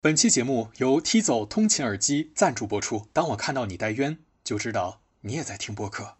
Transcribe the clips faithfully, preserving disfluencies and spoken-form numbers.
本期节目由 T 走通勤耳机赞助播出。当我看到你戴渊，就知道你也在听播客。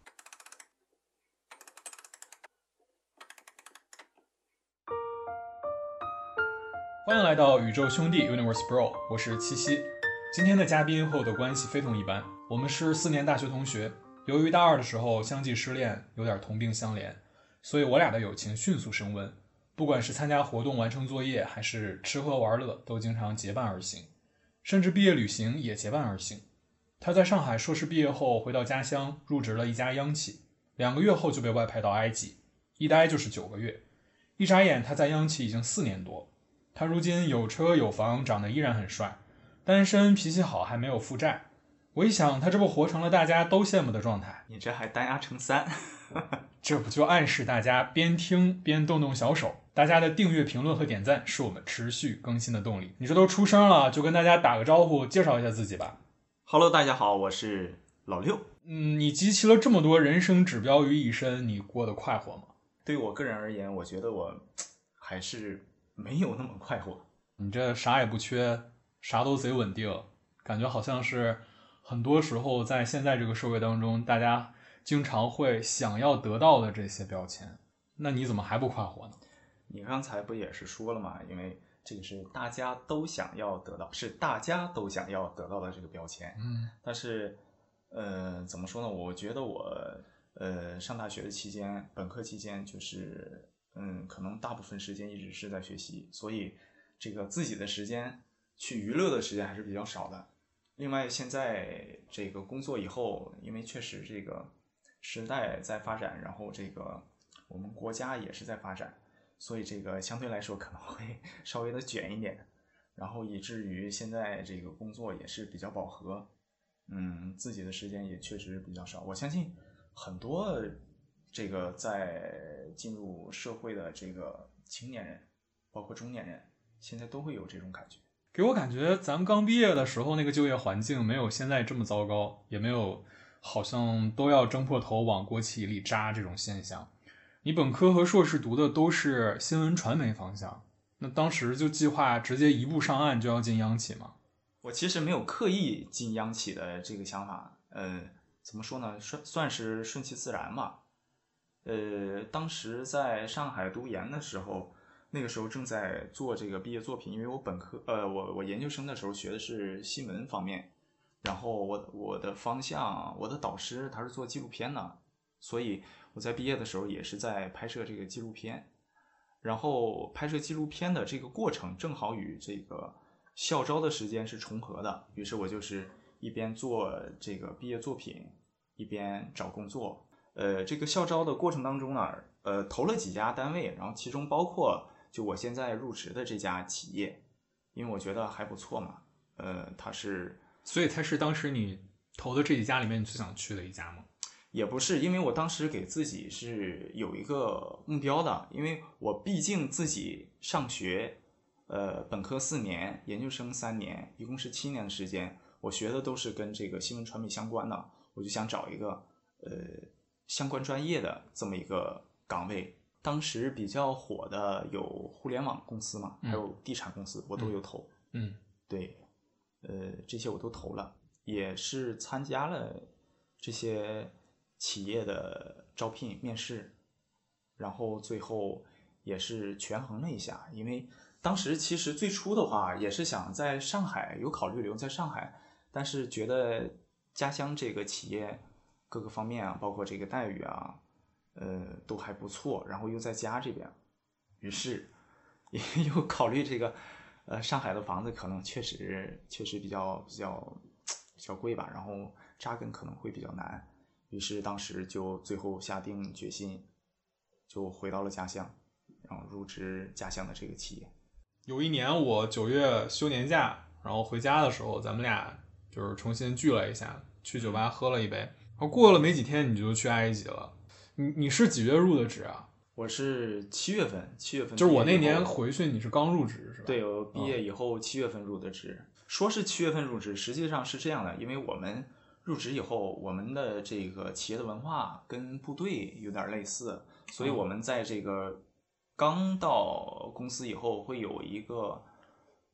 欢迎来到宇宙兄弟 Universe Bro， 我是七夕。今天的嘉宾和我的关系非同一般，我们是四年大学同学，由于大二的时候相继失恋，有点同病相怜，所以我俩的友情迅速升温。不管是参加活动、完成作业，还是吃喝玩乐，都经常结伴而行，甚至毕业旅行也结伴而行。他在上海硕士毕业后回到家乡，入职了一家央企，两个月后就被外派到埃及，一待就是九个月。一眨眼，他在央企已经四年多。他如今有车有房，长得依然很帅，单身，脾气好，还没有负债。我一想，他这不活成了大家都羡慕的状态。 你这还单压成三这不就暗示大家边听边动动小手？大家的订阅、评论和点赞是我们持续更新的动力。你这都出声了，就跟大家打个招呼，介绍一下自己吧。 Hello， 大家好，我是老六。 嗯，你集齐了这么多人生指标于一身，你过得快活吗？ 对我个人而言，我觉得我还是没有那么快活。 你这啥也不缺，啥都贼稳定，感觉好像是很多时候在现在这个社会当中，大家经常会想要得到的这些标签。那你怎么还不快活呢？ 你刚才不也是说了吗？因为这个是大家都想要得到，是大家都想要得到的这个标签。 嗯， 但是，呃，怎么说呢？我觉得我，呃，上大学的期间，本科期间，就是，嗯，可能大部分时间一直是在学习，所以这个自己的时间去娱乐的时间还是比较少的。另外，现在这个工作以后，因为确实这个时代在发展，然后这个我们国家也是在发展。所以这个相对来说可能会稍微的卷一点，然后以至于现在这个工作也是比较饱和，嗯，自己的时间也确实比较少。我相信很多这个在进入社会的这个青年人，包括中年人，现在都会有这种感觉。 给我感觉咱们刚毕业的时候那个就业环境没有现在这么糟糕，也没有好像都要争破头往国企里扎这种现象。你本科和硕士读的都是新闻传媒方向，那当时就计划直接一步上岸就要进央企吗？ 我其实没有刻意进央企的这个想法，呃，怎么说呢，算算是顺其自然吧。呃，当时在上海读研的时候，那个时候正在做这个毕业作品，因为我本科，呃，我我研究生的时候学的是新闻方面，然后我我的方向，我的导师他是做纪录片的，所以我在毕业的时候也是在拍摄这个纪录片，然后拍摄纪录片的这个过程正好与这个校招的时间是重合的，于是我就是一边做这个毕业作品，一边找工作。呃，这个校招的过程当中呢，呃，投了几家单位，然后其中包括就我现在入职的这家企业，因为我觉得还不错嘛，呃，它是， 所以它是当时你投的这几家里面你最想去的一家吗？ 也不是，因为我当时给自己是有一个目标的，因为我毕竟自己上学，呃，本科四年，研究生三年，一共是七年的时间，我学的都是跟这个新闻传媒相关的，我就想找一个呃相关专业的这么一个岗位。当时比较火的有互联网公司嘛，还有地产公司，我都有投。 嗯， 对，呃，这些我都投了，也是参加了这些企业的招聘面试，然后最后也是权衡了一下，因为当时其实最初的话也是想在上海，有考虑留在上海，但是觉得家乡这个企业各个方面啊，包括这个待遇啊，呃，都还不错，然后又在家这边，于是也又考虑这个，呃，上海的房子可能确实确实比较比较比较贵吧，然后扎根可能会比较难。于是当时就最后下定决心，就回到了家乡，然后入职家乡的这个企业。 有一年我九月休年假，然后回家的时候，咱们俩就是重新聚了一下，去酒吧喝了一杯。然后过了没几天，你就去埃及了。你你是几月入的职啊？ 我是七月份，七月份就是我那年回去，你是刚入职是吧？ 对，我毕业以后七月份入的职。嗯、说是七月份入职，实际上是这样的，因为我们入职以后，我们的这个企业的文化跟部队有点类似，所以我们在这个刚到公司以后会有一个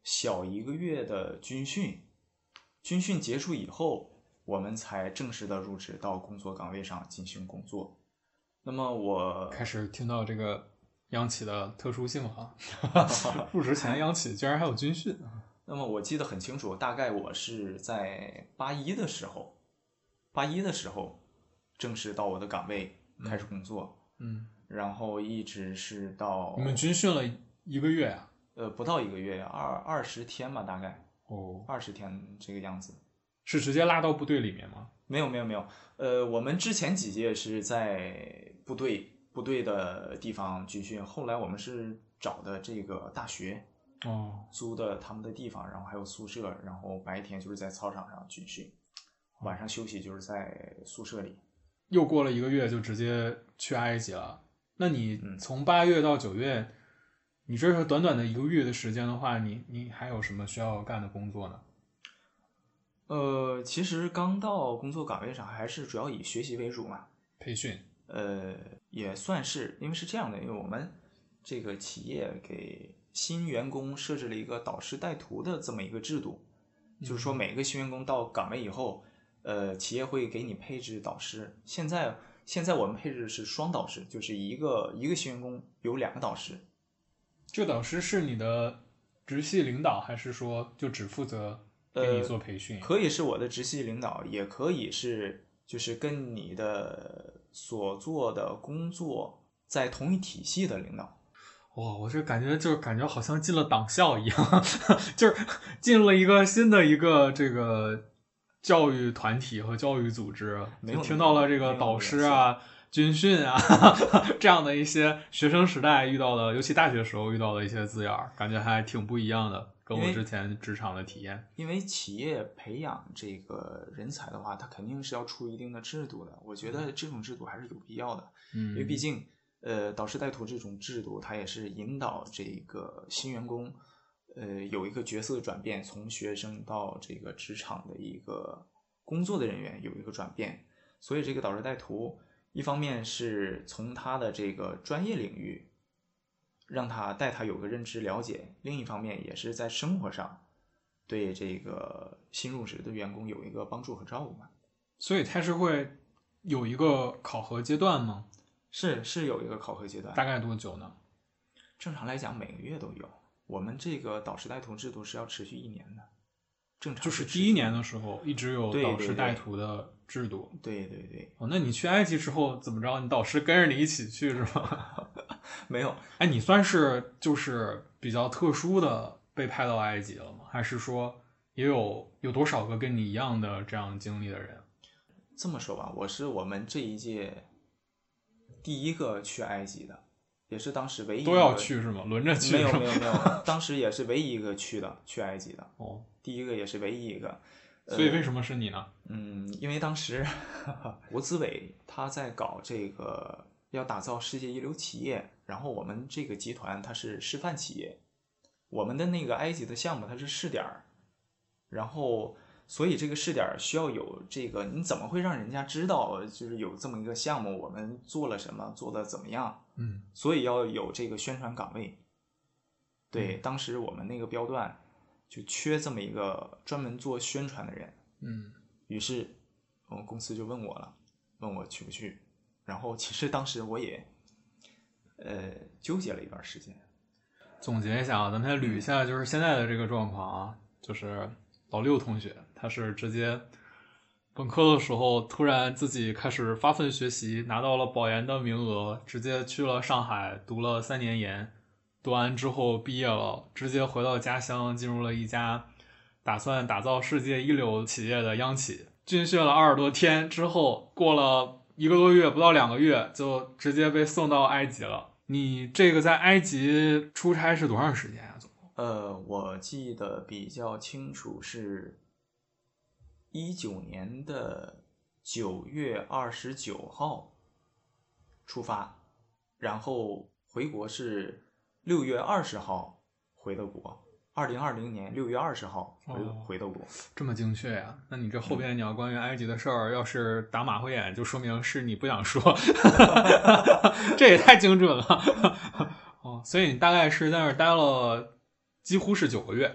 小一个月的军训，军训结束以后，我们才正式的入职到工作岗位上进行工作。那么我开始听到这个央企的特殊性了，入职前央企居然还有军训。 那么我记得很清楚，大概我是在八一的时候，八一的时候正式到我的岗位开始工作， 嗯， 然后一直是到你们军训了一个月呀、 啊？呃，不到一个月，二二十天吧，大概哦， 二十天这个样子。 是直接拉到部队里面吗？ 没有没有没有，呃，我们之前几届是在部队部队的地方军训，后来我们是找的这个大学。 哦， 租的他们的地方，然后还有宿舍，然后白天就是在操场上军训，晚上休息就是在宿舍里。 又过了一个月就直接去埃及了。那你从八月到九月，嗯、你这是短短的一个月的时间的话，你你还有什么需要干的工作呢？ 呃，其实刚到工作岗位上，还是主要以学习为主嘛。 培训， 呃，也算是，因为是这样的，因为我们这个企业给新员工设置了一个导师带徒的这么一个制度，就是说每个新员工到岗位以后，呃，企业会给你配置导师。现在现在我们配置的是双导师，就是一个一个新员工有两个导师。 这个导师是你的直系领导，还是说就只负责给你做培训？ 呃、可以是我的直系领导，也可以是就是跟你的所做的工作在同一体系的领导。 哇，我这感觉就是感觉好像进了党校一样，就是进入了一个新的一个这个教育团体和教育组织，就听到了这个导师啊、军训啊这样的一些学生时代遇到的，尤其大学时候遇到的一些字眼，感觉还挺不一样的，跟我之前职场的体验。 因为企业培养这个人才的话，它肯定是要出一定的制度的，我觉得这种制度还是有必要的， 嗯， 因为毕竟。呃，导师带徒这种制度，它也是引导这个新员工，呃，有一个角色的转变，从学生到这个职场的一个工作的人员有一个转变。所以这个导师带徒，一方面是从他的这个专业领域，让他带他有个认知了解；另一方面也是在生活上，对这个新入职的员工有一个帮助和照顾嘛。 所以他是会有一个考核阶段吗？ 是是有一个考核阶段， 大概多久呢？ 正常来讲每个月都有。我们这个导师带徒制度是要持续一年的，正常就是第一年的时候一直有导师带徒的制度。 对对 对, 对, 对、 哦，那你去埃及之后怎么着？你导师跟着你一起去是吗？ 没有， 哎，你算是就是比较特殊的被派到埃及了吗？还是说也有有多少个跟你一样的这样经历的人？ 这么说吧，我是我们这一届第一个去埃及的，也是当时唯一一个都要去是吗？轮着去？ 没有没有没有，当时也是唯一一个去的，去埃及的。 哦， 第一个也是唯一一个。 所以为什么是你呢？ 呃、嗯，因为当时国资委他在搞这个要打造世界一流企业，然后我们这个集团它是示范企业，我们的那个埃及的项目它是试点，然后。所以这个试点需要有这个，你怎么会让人家知道，就是有这么一个项目，我们做了什么，做的怎么样？ 嗯， 所以要有这个宣传岗位。对，嗯、当时我们那个标段就缺这么一个专门做宣传的人。 嗯， 于是我们公司就问我了，问我去不去。然后其实当时我也呃纠结了一段时间。 总结一下啊，咱们先捋一下，就是现在的这个状况啊，就是老六同学。他是直接本科的时候突然自己开始发奋学习，拿到了保研的名额，直接去了上海读了三年研，读完之后毕业了，直接回到家乡，进入了一家打算打造世界一流企业的央企，军训了二十多天之后，过了一个多月不到两个月就直接被送到埃及了。你这个在埃及出差是多长时间啊？总共？ 呃，我记得比较清楚是一九年的九月二十九号出发，然后回国是六月二十号回的国。二零二零年六月二十号回、哦、回的国。 这么精确呀、啊？那你这后边你要关于埃及的事儿、嗯，要是打马虎眼，就说明是你不想说，这也太精准了。哦，所以你大概是在那儿待了几乎是九个月。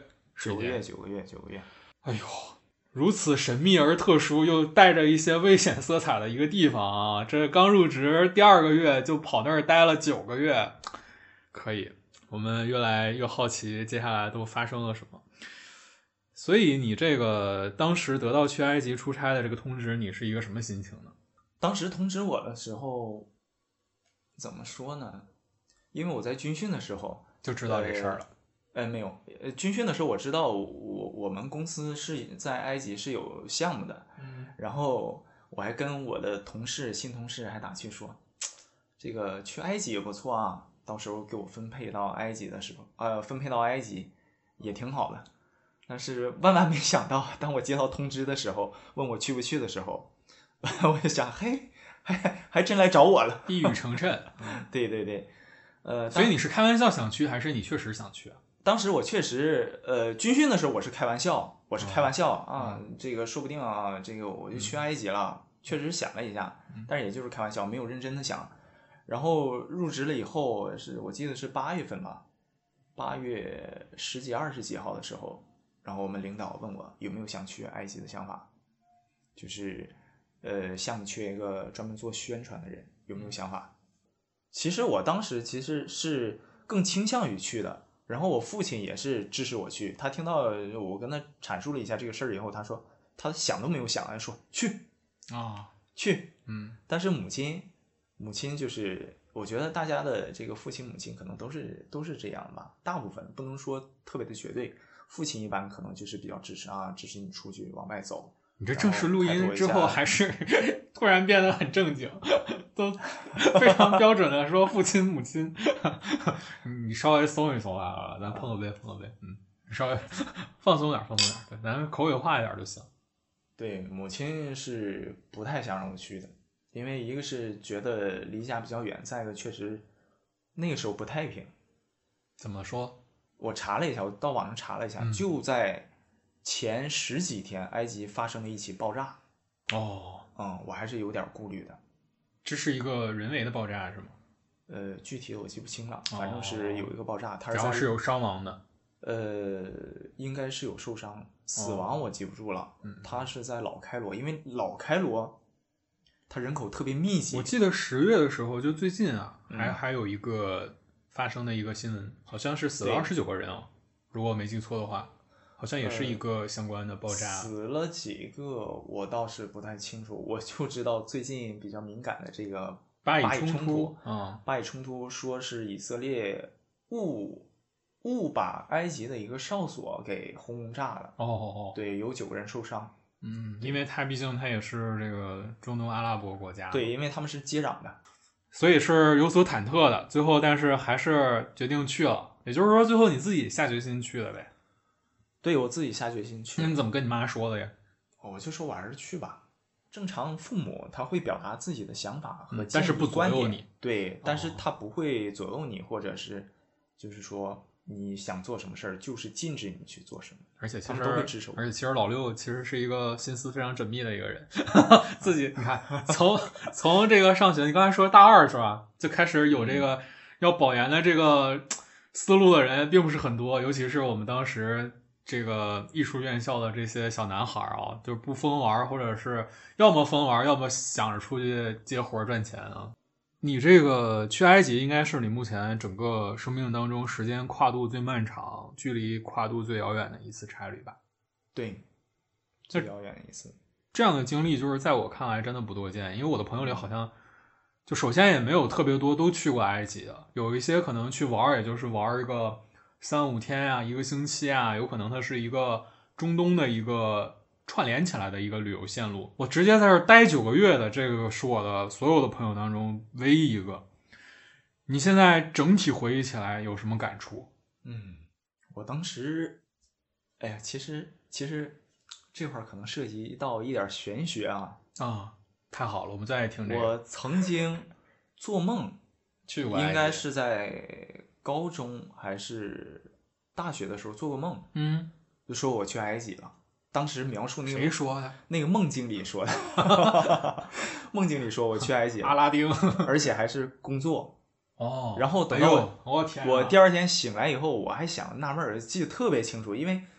九个月，九个月，九个月。 哎呦，如此神秘而特殊，又带着一些危险色彩的一个地方啊！这刚入职第二个月就跑那儿待了九个月，可以。我们越来越好奇接下来都发生了什么。所以你这个当时得到去埃及出差的这个通知，你是一个什么心情呢？ 当时通知我的时候，怎么说呢？因为我在军训的时候就知道这事儿了。 呃，没有，呃，军训的时候我知道我我们公司是在埃及是有项目的， 嗯， 然后我还跟我的同事新同事还打趣说，这个去埃及也不错啊，到时候给我分配到埃及的时候，呃，分配到埃及也挺好的。但是万万没想到，当我接到通知的时候，问我去不去的时候，我就想，嘿，还还真来找我了， 一语成谶。 对对对，呃， 所以你是开玩笑想去，还是你确实想去啊？ 当时我确实，呃，军训的时候我是开玩笑，我是开玩笑、 哦、 啊，这个说不定啊，这个我就去埃及了，嗯、确实想了一下，但是也就是开玩笑，没有认真的想。然后入职了以后，是我记得是八月份吧，八月十几、二十几号的时候，然后我们领导问我有没有想去埃及的想法，就是，呃，项目缺一个专门做宣传的人，有没有想法？其实我当时其实是更倾向于去的。然后我父亲也是支持我去，他听到我跟他阐述了一下这个事儿以后，他说他想都没有想，说去啊、哦、 去， 嗯。 但是母亲，母亲就是我觉得大家的这个父亲母亲可能都是都是这样吧，大部分不能说特别的绝对，父亲一般可能就是比较支持啊，支持你出去往外走。 你这正式录音之后还是突然变得很正经，都非常标准的说父亲母亲。你稍微松一松啊，咱碰个杯碰个杯，嗯，稍微放松点放松点，对，咱口语化一点就行。 对，母亲是不太想让我去的，因为一个是觉得离家比较远，再一个确实那个时候不太平。 怎么说？ 我查了一下，我到网上查了一下，嗯、就在前十几天，埃及发生了一起爆炸。 哦， 嗯，我还是有点顾虑的。 这是一个人为的爆炸是吗？ 呃，具体的我记不清了，反正是有一个爆炸，它是然后是有伤亡的。 呃，应该是有受伤，死亡我记不住了。 哦、嗯， 它是在老开罗，因为老开罗它人口特别密集。 我记得十月的时候，就最近啊，嗯、还还有一个发生的一个新闻，好像是死了二十九个人哦，如果我没记错的话。好像也是一个相关的爆炸、 呃、死了几个我倒是不太清楚，我就知道最近比较敏感的这个巴以冲突啊， 巴以冲突说是以色列误误把埃及的一个哨所给轰炸了。 哦哦哦， 对，有九个人受伤。 嗯，因为它毕竟它也是这个中东阿拉伯国家， 对，因为他们是接壤的， 所以是有所忐忑的。最后，但是还是决定去了，也就是说，最后你自己下决心去了呗。 对，我自己下决心去。 那你怎么跟你妈说的呀？ 我就说我还是去吧。正常父母他会表达自己的想法和、嗯、 但是不左右你。 对，但是他不会左右你，或者是就是说你想做什么事儿，就是禁止你去做什么。 而且其实他们都会支持我。 而且其实老六其实是一个心思非常缜密的一个人，自己你看从从这个上学，你刚才说大二是吧，就开始有这个要保研的这个思路的人并不是很多，尤其是我们当时。这个艺术院校的这些小男孩啊，就是不疯玩，或者是要么疯玩，要么想着出去接活赚钱啊。你这个去埃及应该是你目前整个生命当中时间跨度最漫长、距离跨度最遥远的一次差旅吧？ 对，最遥远的一次。 这样的经历就是在我看来真的不多见，因为我的朋友里好像就首先也没有特别多都去过埃及的，有一些可能去玩，也就是玩一个。三五天啊，一个星期啊，有可能它是一个中东的一个串联起来的一个旅游线路。我直接在这儿待九个月的，这个是我的所有的朋友当中唯一一个。你现在整体回忆起来有什么感触？ 嗯，我当时，哎呀，其实其实这块儿可能涉及到一点玄学啊。 啊，太好了，我们再听这个。 我曾经做梦去过， 应该是在。高中还是大学的时候做过梦， 嗯， 就说我去埃及了。当时描述那个谁说的？ 那个梦经理说的。梦经理说我去埃及了， 阿拉丁， 而且还是工作。 哦， 然后等到我， 哎、我天、啊， 我第二天醒来以后，我还想纳闷儿，记得特别清楚，因为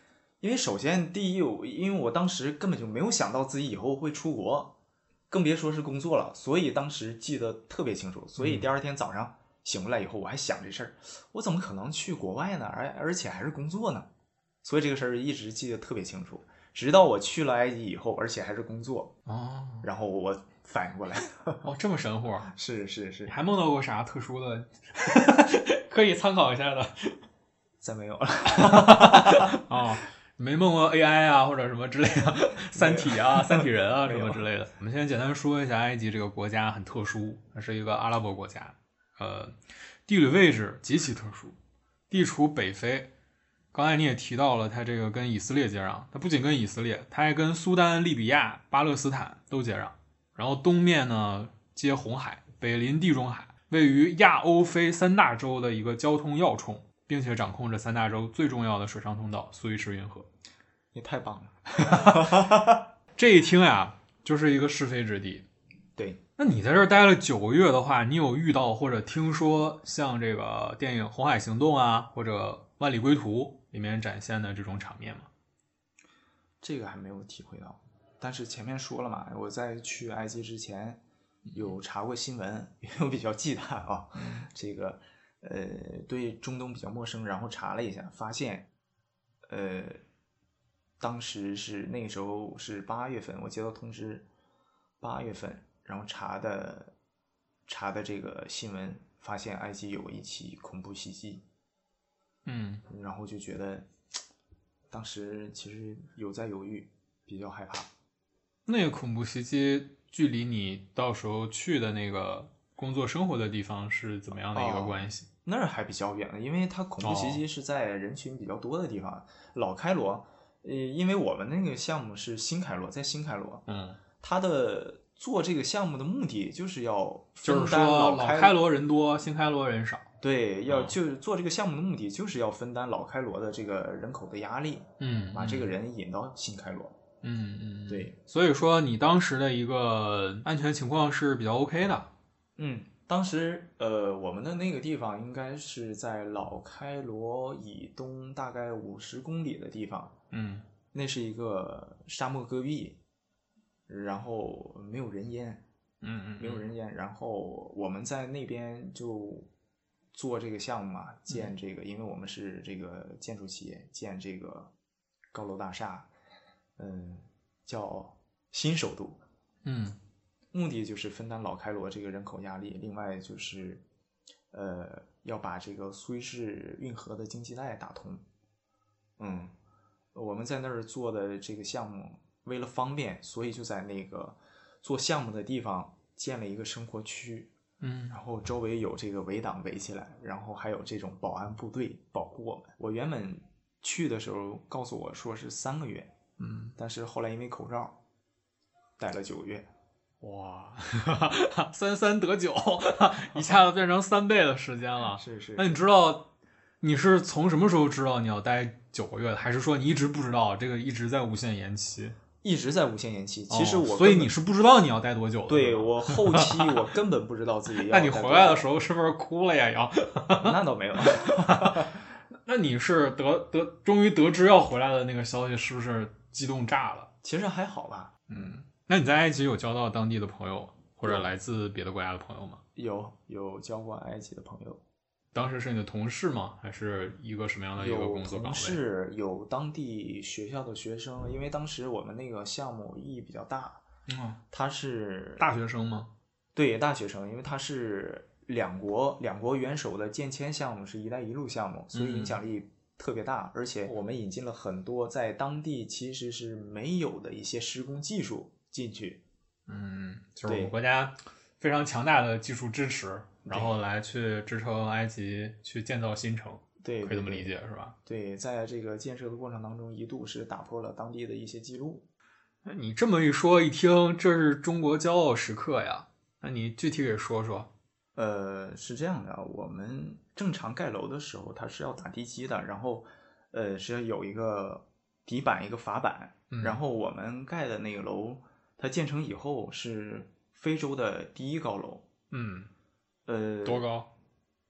因为首先第一，因为我当时根本就没有想到自己以后会出国，更别说是工作了，所以当时记得特别清楚。所以第二天早上醒过来以后，我还想这事儿，我怎么可能去国外呢？而而且还是工作呢？所以这个事儿一直记得特别清楚。直到我去了埃及以后，而且还是工作哦， 然后我反应过来， 哦，这么神乎？ 是是是， 你还梦到过啥特殊的，可以参考一下的？ 再没有了。 哦，没梦过 A I 啊，或者什么之类的，三体啊、三体人啊什么之类的。我们先简单说一下，埃及这个国家很特殊，它是一个阿拉伯国家，呃，地理位置极其特殊，地处北非。刚才你也提到了，它这个跟以色列接壤，它不仅跟以色列，它还跟苏丹、利比亚、巴勒斯坦都接壤。然后东面呢接红海，北临地中海，位于亚欧非三大洲的一个交通要冲，并且掌控着三大洲最重要的水上通道苏伊士运河。 也太棒了。 这一听呀，就是一个是非之地。 对， 那你在这儿待了九个月的话，你有遇到或者听说像这个电影《红海行动》啊，或者《万里归途》里面展现的这种场面吗？ 这个还没有体会到，但是前面说了嘛，我在去埃及之前有查过新闻，因为我比较忌惮啊，这个呃对中东比较陌生，然后查了一下，发现呃当时是那个时候是八月份，我接到通知，八月份，然后查的查的这个新闻，发现埃及有一起恐怖袭击， 嗯， 然后就觉得当时其实有在犹豫，比较害怕。 那个恐怖袭击距离你到时候去的那个工作生活的地方是怎么样的一个关系？ 哦、那儿还比较远的，因为它恐怖袭击是在人群比较多的地方，哦、老开罗。呃，因为我们那个项目是新开罗，在新开罗， 嗯， 它的做这个项目的目的就是要分担老开开罗人多，新开罗人少。 对，要就是做这个项目的目的就是要分担老开罗的这个人口的压力， 嗯， 把这个人引到新开罗。 嗯嗯， 对， 所以说你当时的一个安全情况是比较 OK 的。 嗯，当时呃，我们的那个地方应该是在老开罗以东大概五十公里的地方。 嗯， 那是一个沙漠戈壁，然后没有人烟， 嗯嗯， 没有人烟。然后我们在那边就做这个项目嘛，建这个， 嗯、 因为我们是这个建筑企业，建这个高楼大厦，嗯，叫新首都。 嗯， 目的就是分担老开罗这个人口压力，另外就是呃要把这个苏伊士运河的经济带打通。嗯。我们在那儿做的这个项目，为了方便，所以就在那个做项目的地方建了一个生活区， 嗯， 然后周围有这个围挡围起来，然后还有这种保安部队保护我们。我原本去的时候告诉我说是三个月， 嗯， 但是后来因为口罩，待了九个月。 哇，三三得九，一下子变成三倍的时间了。 是是。 那你知道你是从什么时候知道你要待九个月的，还是说你一直不知道，这个一直在无限延期？ 一直在无限延期。其实我、 哦、所以你是不知道你要待多久的。 对，我后期我根本不知道自己要那你回来的时候是不是哭了呀？要那倒没有。 那你是得得终于得知要回来的那个消息，是不是激动炸了？ 其实还好吧。 嗯，那你在埃及有交到当地的朋友，或者来自别的国家的朋友吗？ 有，有交过埃及的朋友。 当时是你的同事吗？还是一个什么样的一个工作岗位？ 有同事，有当地学校的学生，因为当时我们那个项目意义比较大。 嗯， 他是大学生吗？ 对，大学生，因为他是两国两国元首的建签项目，是一带一路项目，所以影响力特别大。嗯、而且我们引进了很多在当地其实是没有的一些施工技术进去。 嗯，就是我们国家非常强大的技术支持。然后来去支撑埃及去建造新城， 对， 可以这么理解是吧？ 对，在这个建设的过程当中，一度是打破了当地的一些记录。 那你这么一说，一听这是中国骄傲时刻呀，那你具体给说说。 呃，是这样的，我们正常盖楼的时候，它是要打地基的，然后呃是要有一个底板一个阀板、嗯，然后我们盖的那个楼，它建成以后是非洲的第一高楼。 嗯。 呃， 多高？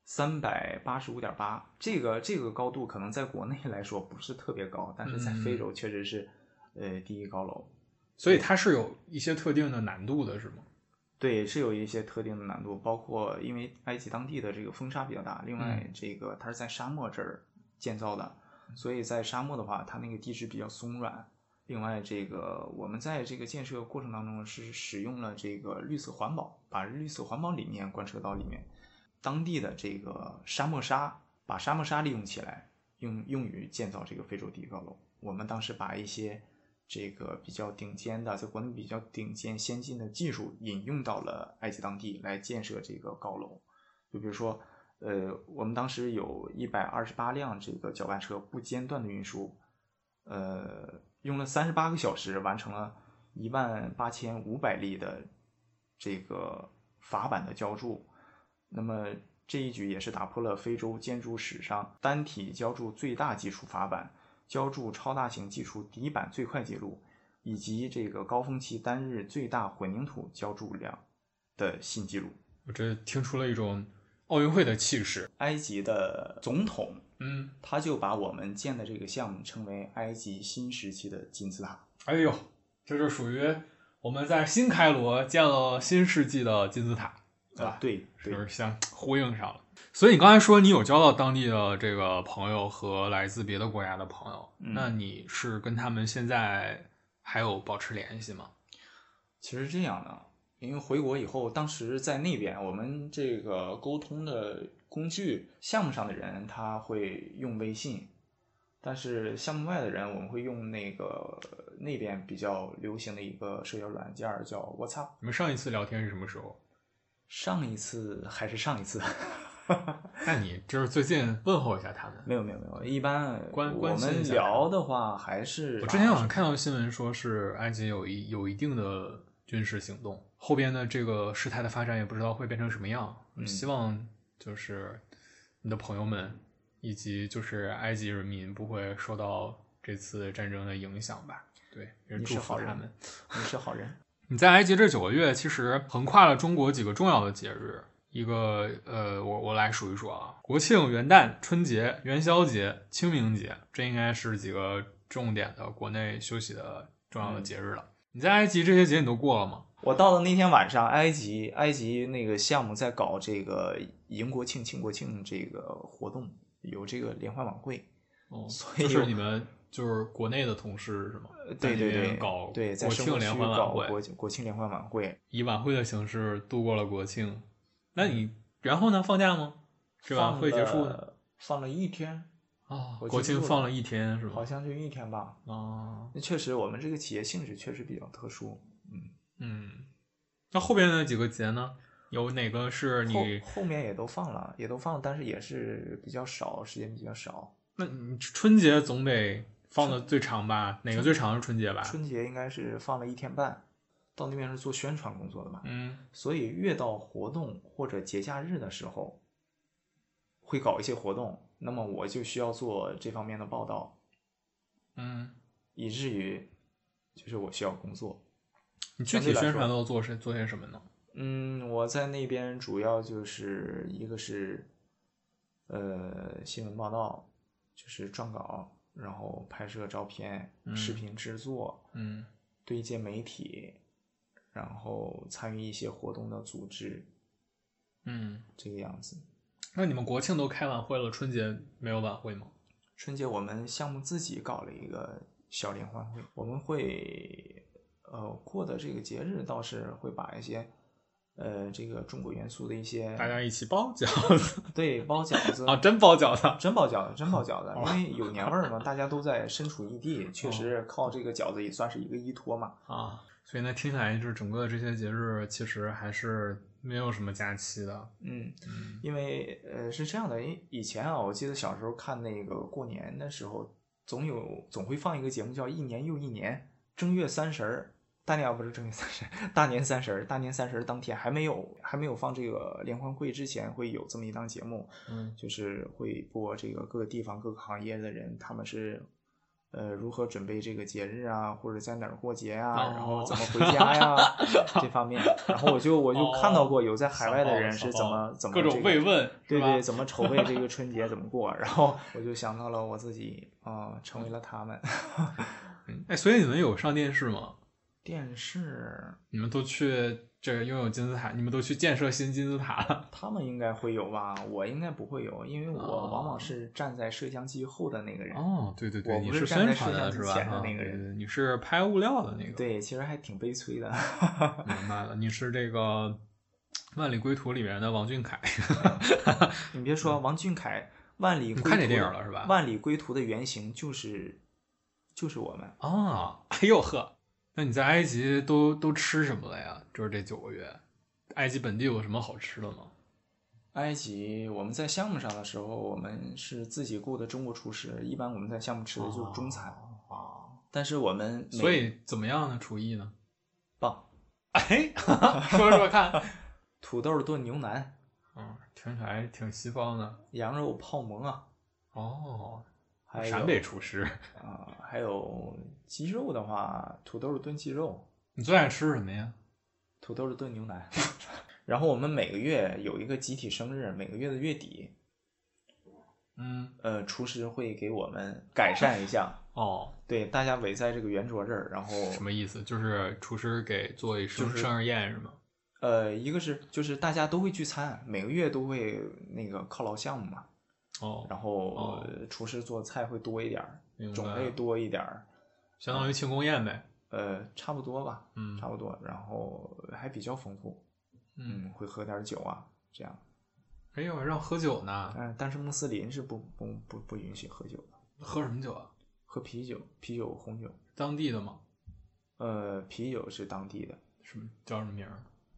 三百八十五点八，这个这个高度可能在国内来说不是特别高，但是在非洲确实是、嗯、呃第一高楼。 所以它是有一些特定的难度的，是吗？ 对，是有一些特定的难度，包括因为埃及当地的这个风沙比较大，另外这个它是在沙漠这儿建造的，嗯、所以在沙漠的话，它那个地质比较松软。另外，这个我们在这个建设过程当中是使用了这个绿色环保，把绿色环保理念贯彻到里面。当地的这个沙漠沙，把沙漠沙利用起来，用用于建造这个非洲第一高楼。我们当时把一些这个比较顶尖的，在国内比较顶尖先进的技术引用到了埃及当地来建设这个高楼。就比如说，呃，我们当时有一百二十八辆这个搅拌车不间断的运输，呃，用了三十八个小时完成了一万八千五百粒的这个筏板的浇筑。那么这一举也是打破了非洲建筑史上单体浇筑最大基础筏板、浇筑超大型基础底板最快记录，以及这个高峰期单日最大混凝土浇筑量的新纪录。 我这听出了一种奥运会的气势。 埃及的总统， 嗯， 他就把我们建的这个项目称为埃及新时期的金字塔。 哎呦，这就属于我们在新开罗建了新世纪的金字塔。对吧、 啊、对， 就是相呼应上了。所以你刚才说你有交到当地的这个朋友和来自别的国家的朋友、嗯、那你是跟他们现在还有保持联系吗？ 其实这样的，因为回国以后，当时在那边我们这个沟通的工具，项目上的人他会用微信，但是项目外的人我们会用那个那边比较流行的一个社交软件叫 WhatsApp。 你们上一次聊天是什么时候？ 上一次还是上一次那你就是最近问候一下他们？ 没有没有没有，一般关我们聊的话还是我之前好像看到新闻说是埃及有一有一定的军事行动，后边的这个事态的发展也不知道会变成什么样、嗯、希望就是你的朋友们以及就是埃及人民不会受到这次战争的影响吧。对，也祝福他们。 你是好人。 你在埃及这九个月其实横跨了中国几个重要的节日，一个呃，我我来数一数啊，国庆、元旦、春节、元宵节、清明节，这应该是几个重点的国内休息的重要的节日了、嗯、你在埃及这些节你都过了吗？ 我到了那天晚上，埃及埃及那个项目在搞这个迎国庆、庆国庆这个活动，有这个联欢晚会。 哦，所以就是你们就是国内的同事是吗？ 对对对， 搞对，在国庆联欢晚会， 国国庆联欢晚会， 以晚会的形式度过了国庆。那你然后呢？放假吗？是晚会结束的， 放了一天啊、哦，国庆放了一天是吧？ 好像就一天吧。 啊， 那确实，我们这个企业性质确实比较特殊。嗯嗯，那后边的几个节呢？有哪个是你后, 后面也都放了，也都放了，但是也是比较少，时间比较少。 那你春节总得放的最长吧？哪个最长是春节吧？ 春节应该是放了一天半，到那边是做宣传工作的嘛。 嗯， 所以越到活动或者节假日的时候，会搞一些活动，那么我就需要做这方面的报道。 嗯， 以至于就是我需要工作。 你具体宣传都做些做些什么呢？ 嗯，我在那边主要就是一个是呃新闻报道，就是撰稿，然后拍摄照片、 嗯、 视频制作， 嗯， 对接媒体，然后参与一些活动的组织， 嗯， 这个样子。 那你们国庆都开晚会了，春节没有晚会吗？ 春节我们项目自己搞了一个小联欢会，我们会呃过的这个节日倒是会把一些呃这个中国元素的一些大家一起包饺子， 对，包饺子啊，真包饺子， 真包饺子，真包饺子，因为有年味儿嘛，大家都在身处异地，确实靠这个饺子也算是一个依托嘛。 啊，所以呢，听起来就是整个的这些节日其实还是没有什么假期的。 嗯，因为呃是这样的，因以前啊，我记得小时候看那个过年的时候，总有总会放一个节目叫《一年又一年》，正月三十儿。大年啊，不是正月三十，大年三十，大年三十当天还没有还没有放这个联欢会之前，会有这么一档节目， 嗯， 就是会播这个各个地方各个行业的人，他们是呃，如何准备这个节日啊，或者在哪儿过节啊， 哦、 然后怎么回家呀，这方面。然后我就我就看到过有在海外的人是怎么、 哦、 怎么、 这个、各种慰问， 对对，怎么筹备这个春节怎么过，然后我就想到了我自己啊、呃，成为了他们。 哎，所以你们有上电视吗？ 电视， 你们都去这个拥有金字塔，你们都去建设新金字塔了？ 他们应该会有吧，我应该不会有，因为我往往是站在摄像机后的那个人。 哦，对对对， 我你是站在摄像机前的那个人， 啊、你是拍物料的那个。 对，其实还挺悲催的。 明白了，你是这个《万里归途》里面的王俊凯。 你别说，王俊凯《万里归途》， 你看这电影了是吧？ 《万里归途》的原型就是就是我们啊！哎呦呵，那你在埃及都都吃什么了呀？就是这九个月，埃及本地有什么好吃的吗？ 埃及我们在项目上的时候，我们是自己雇的中国厨师，一般我们在项目吃的就是中餐啊。 哦、 但是我们所以怎么样呢？厨艺呢？ 棒！ 哎，说说看。 土豆炖牛腩， 嗯，听起来挺西方的。 羊肉泡馍啊。 哦， 还有陕北厨师啊、呃，还有鸡肉的话，土豆炖鸡肉。 你最爱吃什么呀？ 土豆炖牛腩。然后我们每个月有一个集体生日，每个月的月底， 嗯， 呃，厨师会给我们改善一下。 哦， 对，大家围在这个圆桌这儿，然后什么意思？就是厨师给做一生、 就是、 生日宴是吗？ 呃，一个是就是大家都会聚餐，每个月都会那个犒劳项目嘛。 哦， 然后、 哦、 厨师做菜会多一点，种类多一点， 相当于庆功宴呗。 呃，差不多吧， 嗯， 差不多，然后还比较丰富。嗯，会喝点酒啊，这样。 哎呦，让喝酒呢？ 嗯，但是穆斯林是不不不不允许喝酒的。 喝什么酒啊？ 喝啤酒，啤酒、红酒。 当地的吗？ 呃，啤酒是当地的。 什么叫什么名儿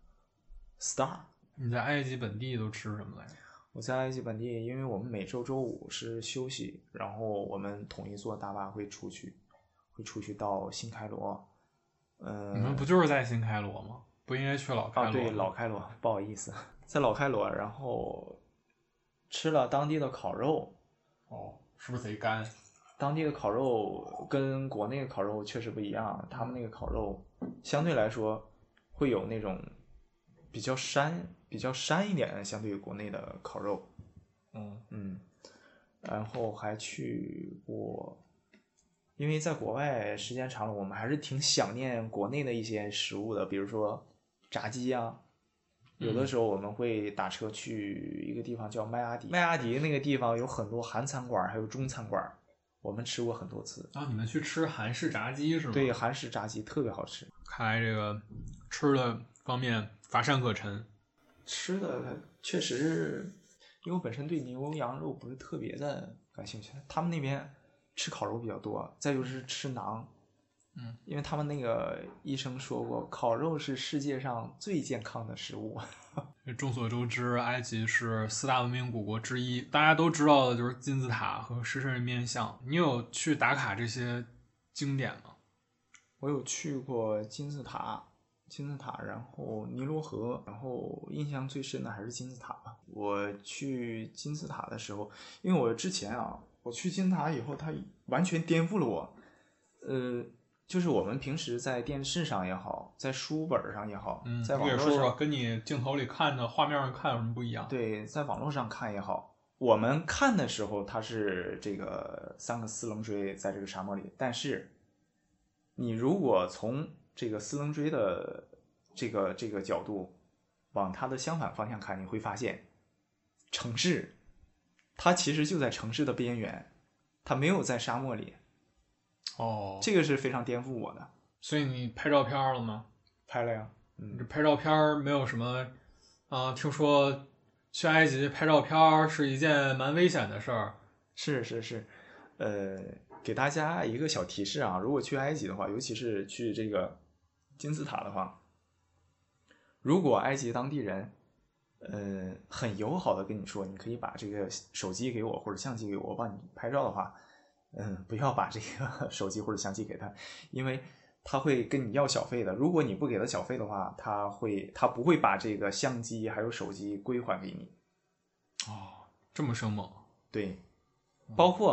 ？Star。 你在埃及本地都吃什么来着？ 我在埃及本地，因为我们每周周五是休息，然后我们统一坐大巴会出去，会出去到新开罗。呃， 你们不就是在新开罗吗？不应该去老开罗？ 啊，对，老开罗，不好意思，在老开罗，然后吃了当地的烤肉。 哦，是不是贼干？ 当地的烤肉跟国内的烤肉确实不一样，他们那个烤肉相对来说会有那种比较膻、比较膻一点，相对于国内的烤肉。 嗯嗯，然后还去过。因为在国外时间长了，我们还是挺想念国内的一些食物的，比如说炸鸡啊。有的时候我们会打车去一个地方叫麦阿迪，麦阿迪那个地方有很多韩餐馆，还有中餐馆，我们吃过很多次。 啊，你们去吃韩式炸鸡是吗？ 对，韩式炸鸡特别好吃。 看来这个吃的方面乏善可陈。 吃的确实，因为我本身对牛羊肉不是特别的感兴趣，他们那边吃烤肉比较多，再就是吃馕。 嗯， 因为他们那个医生说过，烤肉是世界上最健康的食物。 众所周知，埃及是四大文明古国之一，大家都知道的就是金字塔和狮身人面像。你有去打卡这些经典吗？ 我有去过金字塔，金字塔，然后尼罗河，然后印象最深的还是金字塔吧。我去金字塔的时候，因为我之前啊，我去金字塔以后，它完全颠覆了我，呃。就是我们平时在电视上也好，在书本上也好， 嗯， 在网络上， 说说跟你镜头里看的画面上看有什么不一样？ 对，在网络上看也好，我们看的时候它是这个三个四棱锥在这个沙漠里，但是你如果从这个四棱锥的这个这个角度往它的相反方向看，你会发现城市它其实就在城市的边缘，它没有在沙漠里。 哦， 这个是非常颠覆我的。 所以你拍照片了吗？ 拍了呀。 嗯，这拍照片没有什么啊、呃？听说去埃及拍照片是一件蛮危险的事儿。 是是是，呃，给大家一个小提示啊，如果去埃及的话，尤其是去这个金字塔的话，如果埃及当地人呃很友好的跟你说，你可以把这个手机给我或者相机给我，我帮你拍照的话。嗯，不要把这个手机或者相机给他，因为他会跟你要小费的。如果你不给他小费的话，他会他不会把这个相机还有手机归还给你。 哦，这么生猛。 对，包括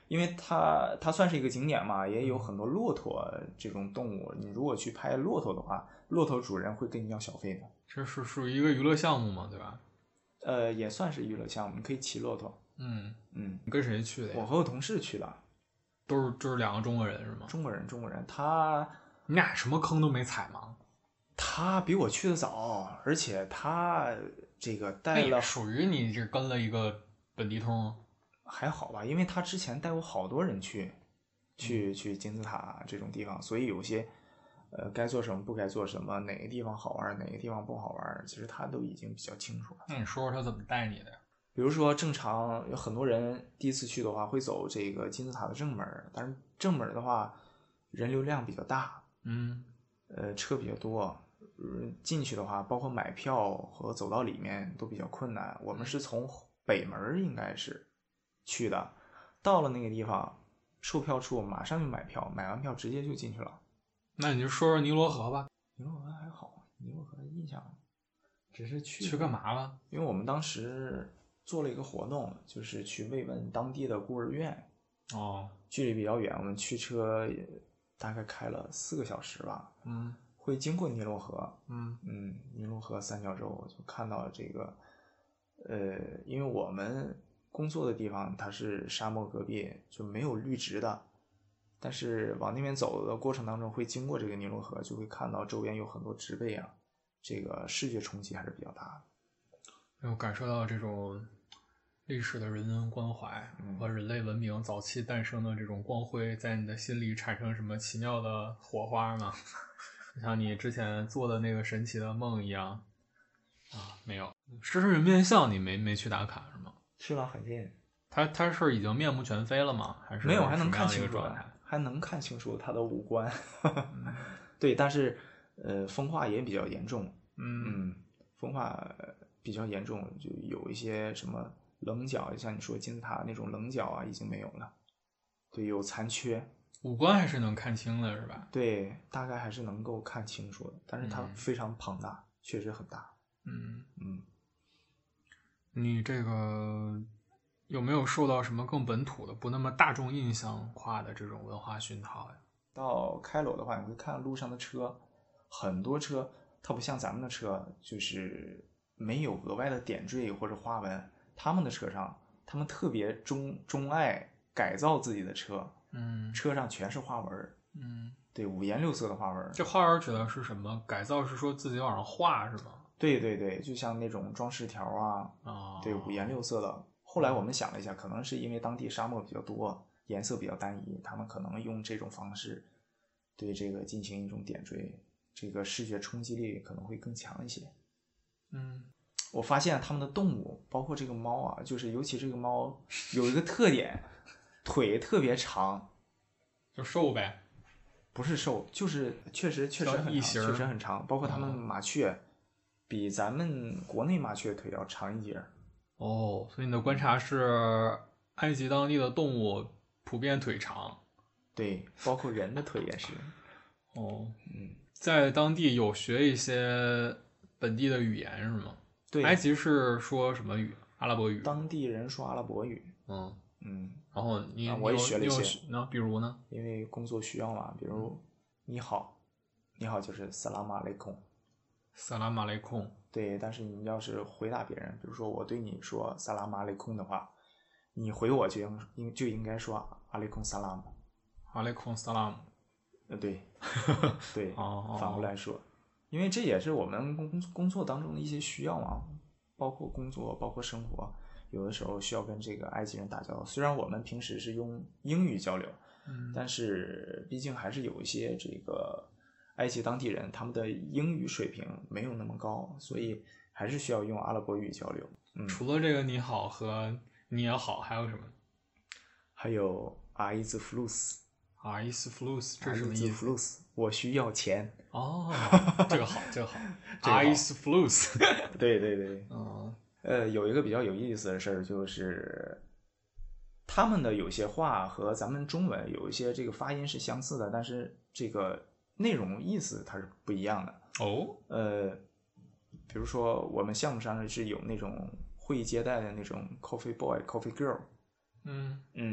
因为它它算是一个景点嘛，也有很多骆驼这种动物。你如果去拍骆驼的话，骆驼主人会跟你要小费的。 这是属于一个娱乐项目嘛，对吧？ 呃，也算是娱乐项目，你可以骑骆驼。 嗯嗯， 你跟谁去的呀？ 我和我同事去的。 都是就是两个中国人是吗？ 中国人，中国人，他你俩什么坑都没踩吗？ 他比我去的早，而且他这个带了， 属于你这跟了一个本地通， 还好吧，因为他之前带过好多人去，去去金字塔这种地方，所以有些呃该做什么不该做什么，哪个地方好玩，哪个地方不好玩，其实他都已经比较清楚了。 那你说说他怎么带你的呀？ 比如说，正常有很多人第一次去的话，会走这个金字塔的正门，但是正门的话，人流量比较大， 嗯， 呃，车比较多，嗯，进去的话，包括买票和走到里面都比较困难。我们是从北门应该是去的，到了那个地方，售票处马上就买票，买完票直接就进去了。 那你就说说尼罗河吧。 尼罗河还好，尼罗河的印象只是去去干嘛了？ 因为我们当时做了一个活动，就是去慰问当地的孤儿院。 哦， 距离比较远，我们驱车大概开了四个小时吧。 嗯， 会经过尼罗河。 嗯嗯，尼罗河三角洲就看到这个，呃，因为我们工作的地方它是沙漠戈壁，就没有绿植的。但是往那边走的过程当中，会经过这个尼罗河，就会看到周边有很多植被啊，这个视觉冲击还是比较大的。 有感受到这种历史的人文关怀和人类文明早期诞生的这种光辉，在你的心里产生什么奇妙的火花吗？像你之前做的那个神奇的梦一样啊？没有。狮身人面像你没没去打卡是吗？ 去了很近。 他他是已经面目全非了吗？还是没有，还能看什么样清楚的一个状态？ 还能看清楚他的五官。对，但是呃，风化也比较严重。 嗯嗯，风化比较严重，就有一些什么棱角，像你说金字塔那种棱角啊，已经没有了。对，有残缺。 五官还是能看清的，是吧？ 对，大概还是能够看清楚的，但是它嗯非常庞大，确实很大。 嗯嗯， 你这个有没有受到什么更本土的、不那么大众印象化的这种文化熏陶呀？ 到开罗的话，你会看路上的车，很多车，它不像咱们的车，就是没有额外的点缀或者花纹。他们的车上，他们特别钟钟爱改造自己的车， 嗯车上全是花纹， 嗯， 对，五颜六色的花纹。 这花纹指的是什么？改造是说自己往上画是吗？ 对对对，就像那种装饰条啊， 哦， 对，五颜六色的。后来我们想了一下，可能是因为当地沙漠比较多，颜色比较单一，他们可能用这种方式对这个进行一种点缀，这个视觉冲击力可能会更强一些。 嗯， 我发现他们的动物，包括这个猫啊，就是尤其这个猫有一个特点，腿特别长， 就瘦呗。 不是瘦，就是确实确实很长，确实很长。包括他们麻雀，比咱们国内麻雀腿要长一截。 哦，所以你的观察是埃及当地的动物普遍腿长。 对，包括人的腿也是。 哦， 嗯， 在当地有学一些本地的语言是吗？ 对， 埃及是说什么语？阿拉伯语。 当地人说阿拉伯语。 嗯嗯， 然后你、 啊、我也学了一些。那比如呢？ 因为工作需要嘛，比如你好，你好就是萨拉马雷孔。 萨拉马雷控。 对，但是你要是回答别人，比如说我对你说萨拉马雷孔的话，你回我就应就应该说阿雷孔萨拉姆。 阿雷孔萨拉姆。 呃，对，对， 哦， 反过来说，因为这也是我们工工作当中的一些需要嘛，包括工作，包括生活，有的时候需要跟这个埃及人打交道。虽然我们平时是用英语交流， 嗯， 但是毕竟还是有一些这个埃及当地人，他们的英语水平没有那么高，所以还是需要用阿拉伯语交流。嗯， 除了这个你好和你也好，还有什么？ 还有阿伊兹弗鲁斯。 阿伊斯弗鲁斯，这是什么意思？我需要钱。 哦，这个好，这个好。阿伊斯弗鲁斯。 对对对。 嗯。 呃，有一个比较有意思的事儿，就是他们的有些话和咱们中文有一些这个发音是相似的，但是这个内容意思它是不一样的。 哦。 呃，比如说我们项目上是有那种会议接待的那种 coffee boy、coffee girl。 嗯嗯，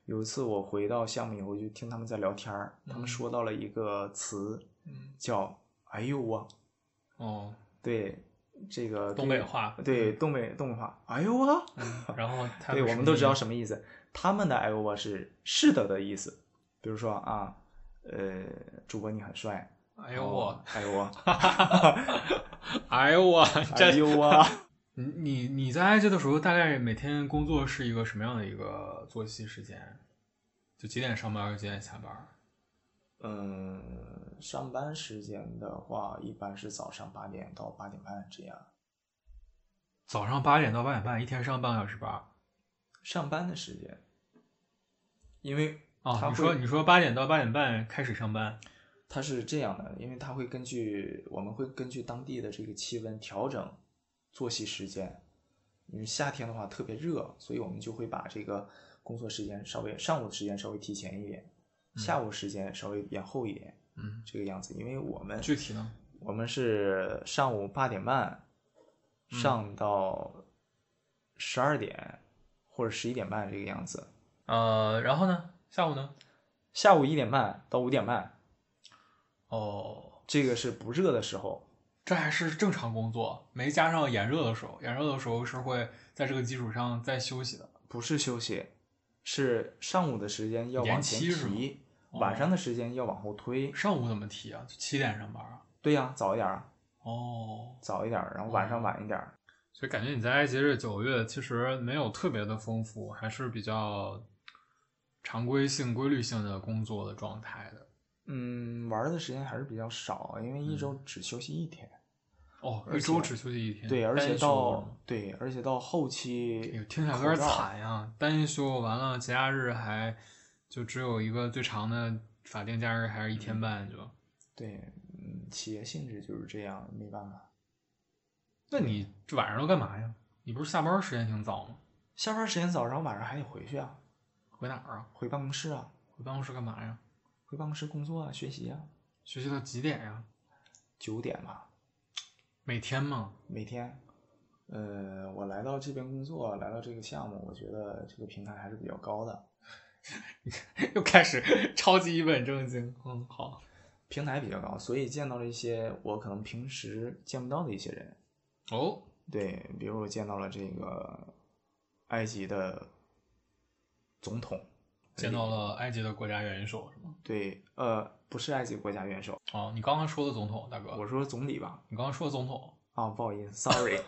有一次我回到项目以后，就听他们在聊天儿， 嗯、 他们说到了一个词， 嗯、 叫“哎呦啊”。 哦， 对，这个东北话， 对东北东北话，哎呦啊。 嗯、然后他对，我们都知道什么意思。他们的哎呦啊是是的的意思，比如说啊，呃，主播你很帅。 哎呦我， 哎呦我， 哎呦我， 哎呦啊！ 你你你在埃及的时候，大概每天工作是一个什么样的一个作息时间？就几点上班，几点下班？ 嗯，上班时间的话，一般是早上八点到八点半这样。 早上八点到八点半，一天上半个小时班。 上班的时间，因为哦，你说你说八点到八点半开始上班。 它是这样的，因为它会根据我们会根据当地的这个气温调整作息时间。因为夏天的话特别热，所以我们就会把这个工作时间稍微上午的时间稍微提前一点，嗯、下午时间稍微延后一点。 嗯， 这个样子。因为我们具体呢， 我们是上午八点半上到十二点、嗯、或者十一点半这个样子。 呃，然后呢，下午呢？ 下午一点半到五点半。 哦， 这个是不热的时候， 这还是正常工作，没加上炎热的时候。炎热的时候是会在这个基础上再休息的。 不是休息，是上午的时间要往前提， 哦、 晚上的时间要往后推。 上午怎么提啊？就七点上班啊？ 对呀、啊，早一点啊。 哦， 早一点，然后晚上晚一点。哦、 所以感觉你在埃及这九个月其实没有特别的丰富，还是比较常规性、规律性的工作的状态的。 嗯，玩的时间还是比较少，因为一周只休息一天。 嗯、哦，一周只休息一天。 对，而且到对，而且到后期， 哎呦，听起来有点惨呀！单休完了，节假日还就只有一个最长的法定假日，还是一天半就。 嗯、对，嗯，企业性质就是这样，没办法。 那你这晚上都干嘛呀？你不是下班时间挺早吗？ 下班时间早，然后晚上还得回去啊。 回哪儿啊？ 回办公室啊。 回办公室干嘛呀？ 回办公室工作啊，学习啊。 学习到几点呀？ 九点吧。 每天吗？ 每天。呃，我来到这边工作，来到这个项目，我觉得这个平台还是比较高的。 又开始超级一本正经。嗯，好。 平台比较高，所以见到了一些我可能平时见不到的一些人。 哦， 对，比如我见到了这个埃及的总统， 见到了埃及的国家元首是吗？ 对，呃，不是埃及国家元首。 哦，你刚刚说的总统，大哥。 我说总理吧。 你刚刚说的总统。 啊，不好意思 ，sorry。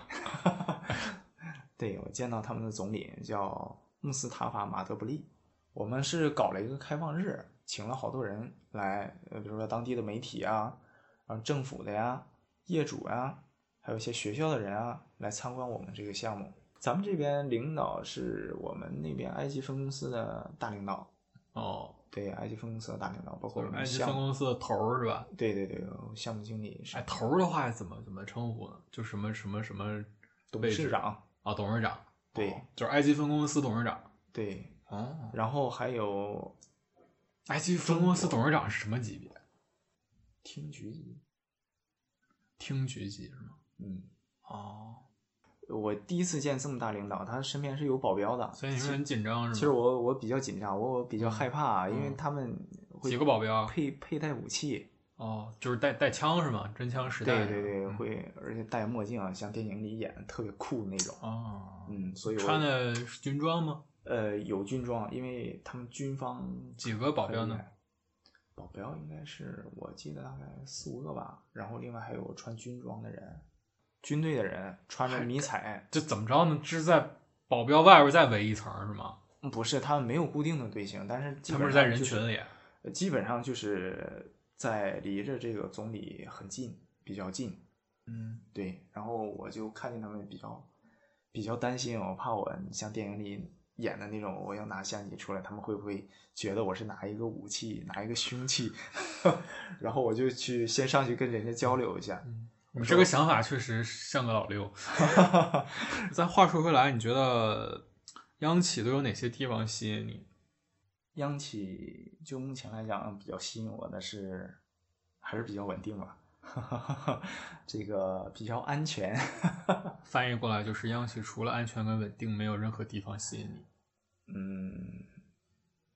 对，我见到他们的总理叫穆斯塔法马德布利，我们是搞了一个开放日，请了好多人来，呃，比如说当地的媒体啊，然后政府的呀、业主啊，还有一些学校的人啊，来参观我们这个项目。咱们这边领导是我们那边埃及分公司的大领导。 哦， 对，埃及分公司的大领导，包括我们埃及分公司的头是吧？ 对对对，项目经理是。 哎，头的话怎么怎么称呼呢？就什么什么什么董事长啊，董事长。 对、 哦，就是埃及分公司董事长。 对， 哦， 然后还有埃及分公司董事长是什么级别？ 厅局级。 厅局级是吗？ 嗯。 哦。 我第一次见这么大领导，他身边是有保镖的， 所以你是很紧张是吗？ 其实我我比较紧张，我我比较害怕， 嗯、 因为他们会几个保镖佩佩戴武器。 哦，就是带带枪是吗？真枪实弹。 对对对，嗯、会，而且戴墨镜啊，像电影里演的特别酷那种。 哦， 嗯，所以我穿的是军装吗？ 呃，有军装，因为他们军方。 几个保镖呢？ 保镖应该是我记得大概四五个吧，然后另外还有穿军装的人。军队的人穿着迷彩， 这怎么着呢？是在保镖外边再围一层是吗？ 不是，他们没有固定的队形，但是基本上、就是、 他们是在人群里， 基本上就是在离着这个总理很近，比较近。 嗯， 对。然后我就看见他们比较比较担心，我怕我像电影里演的那种，我要拿相机出来，他们会不会觉得我是拿一个武器，拿一个凶器？然后我就去先上去跟人家交流一下。 嗯，你这个想法确实像个老六。再话说回来，你觉得央企都有哪些地方吸引你？ 央企就目前来讲，比较吸引我的是还是比较稳定吧。这个比较安全。 翻译过来就是央企除了安全跟稳定，没有任何地方吸引你。 嗯，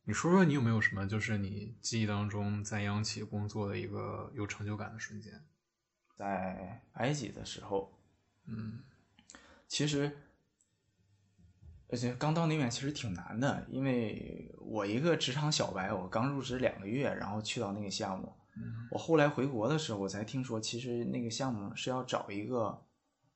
你说说你有没有什么就是你记忆当中在央企工作的一个有成就感的瞬间？ 在埃及的时候， 嗯， 其实而且刚到那边其实挺难的，因为我一个职场小白，我刚入职两个月，然后去到那个项目。 嗯， 我后来回国的时候，我才听说，其实那个项目是要找一个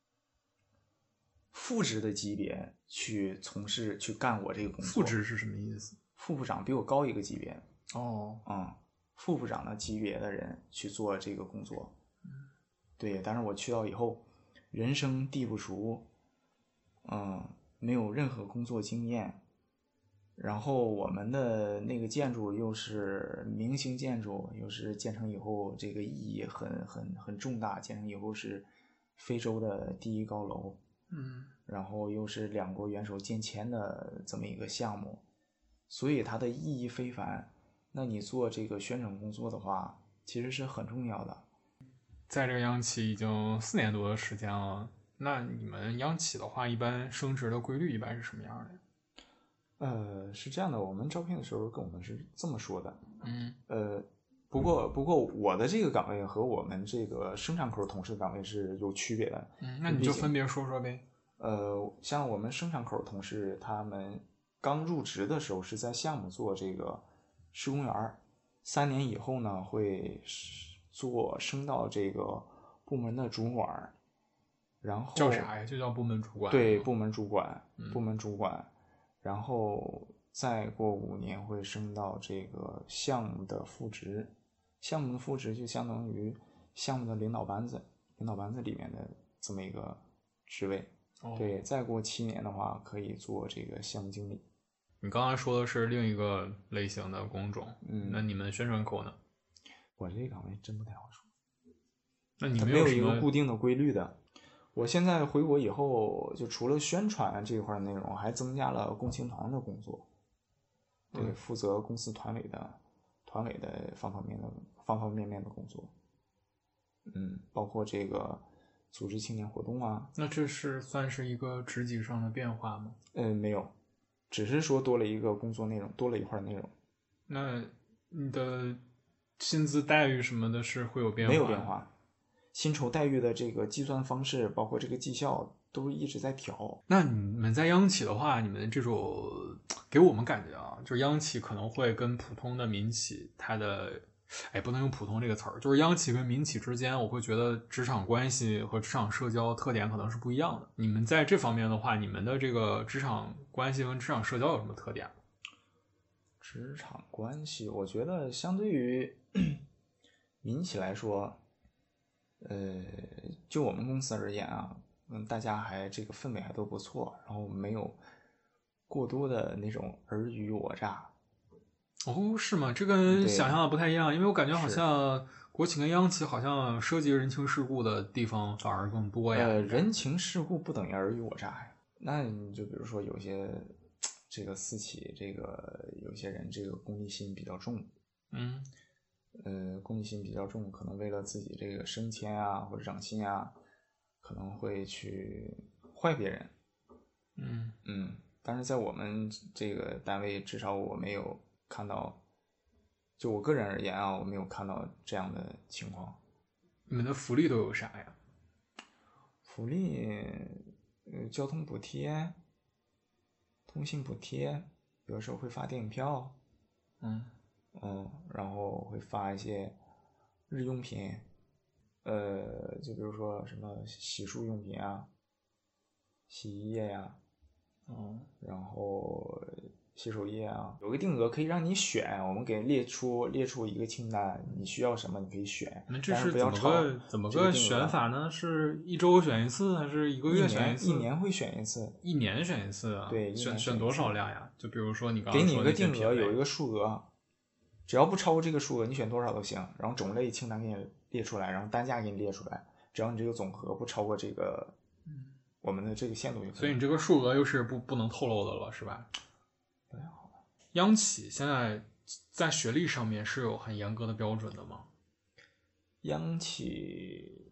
副职的级别去从事、去干我这个工作。 副职是什么意思？ 副部长比我高一个级别。 哦， 嗯，副部长的级别的人去做这个工作。对，但是我去到以后，人生地不熟，嗯，没有任何工作经验，然后我们的那个建筑又是明星建筑，又是建成以后这个意义很很很重大，建成以后是非洲的第一高楼， 嗯， 然后又是两国元首见签的这么一个项目，所以它的意义非凡。那你做这个宣传工作的话，其实是很重要的。 在这个央企已经四年多的时间了，那你们央企的话，一般升职的规律一般是什么样的？ 呃，是这样的，我们招聘的时候跟我们是这么说的。 嗯， 呃，不过不过我的这个岗位和我们这个生产口同事的岗位是有区别的。 嗯，那你就分别说说呗。 呃，像我们生产口同事，他们刚入职的时候是在项目做这个施工员，三年以后呢会做升到这个部门的主管，然后叫啥呀？就叫部门主管。 对，部门主管， 嗯、 部门主管，然后再过五年会升到这个项目的副职，项目的副职就相当于项目的领导班子，领导班子里面的这么一个职位。 哦、 对，再过七年的话，可以做这个项目经理。 你刚才说的是另一个类型的工种， 嗯， 那你们宣传口呢？ 我这个岗位真不太好说。 那你没有一有什么个固定的规律的。我现在回国以后，就除了宣传这一块内容，还增加了共青团的工作。对， 嗯、 负责公司团委的团委的方方面面的方方面面的工作。嗯，包括这个组织青年活动啊。 那这是算是一个职级上的变化吗？ 嗯，没有，只是说多了一个工作内容，多了一块内容。 那你的薪资待遇什么的是会有变化？ 没有变化，薪酬待遇的这个计算方式，包括这个绩效，都一直在调。 那你们在央企的话，你们这种给我们感觉啊，就是央企可能会跟普通的民企，它的哎不能用普通这个词儿，就是央企跟民企之间，我会觉得职场关系和职场社交特点可能是不一样的。你们在这方面的话，你们的这个职场关系跟职场社交有什么特点？ 职场关系，我觉得相对于民企来说，呃，就我们公司而言啊，嗯，大家还这个氛围还都不错，然后没有过多的那种尔虞我诈。 哦，是吗？这跟想象的不太一样，因为我感觉好像国企跟央企好像涉及人情世故的地方反而更多呀。 呃，人情世故不等于尔虞我诈呀。那你就比如说有些这个私企，这个有些人这个功利心比较重， 嗯， 呃，功利心比较重，可能为了自己这个升迁啊或者涨薪啊，可能会去坏别人。 嗯嗯，但是在我们这个单位，至少我没有看到，就我个人而言啊，我没有看到这样的情况。 你们的福利都有啥呀？ 福利，呃，交通补贴、通信补贴，有的时候会发电影票， 嗯嗯，然后会发一些日用品，呃，就比如说什么洗漱用品啊、洗衣液呀、 哦， 然后洗手液啊，有个定额可以让你选，我们给列出列出一个清单，你需要什么你可以选。 那这但是是怎么不要超个怎么个选法呢？是一周选一次，还是一个一月选年次？ 一年会选一次， 一年选一次啊？ 对，一选年选多少辆呀？就比如说你刚给你一刚说个定额， 那些品类有一个数额，只要不超过这个数额，你选多少都行。然后种类清单给你列出来，然后单价给你列出来，只要你这个总和不超过这个， 嗯， 我们的这个限度就可以。 所以你这个数额又是不不能透露的了，是吧？ 不太好。 央企现在在学历上面是有很严格的标准的吗？ 央企，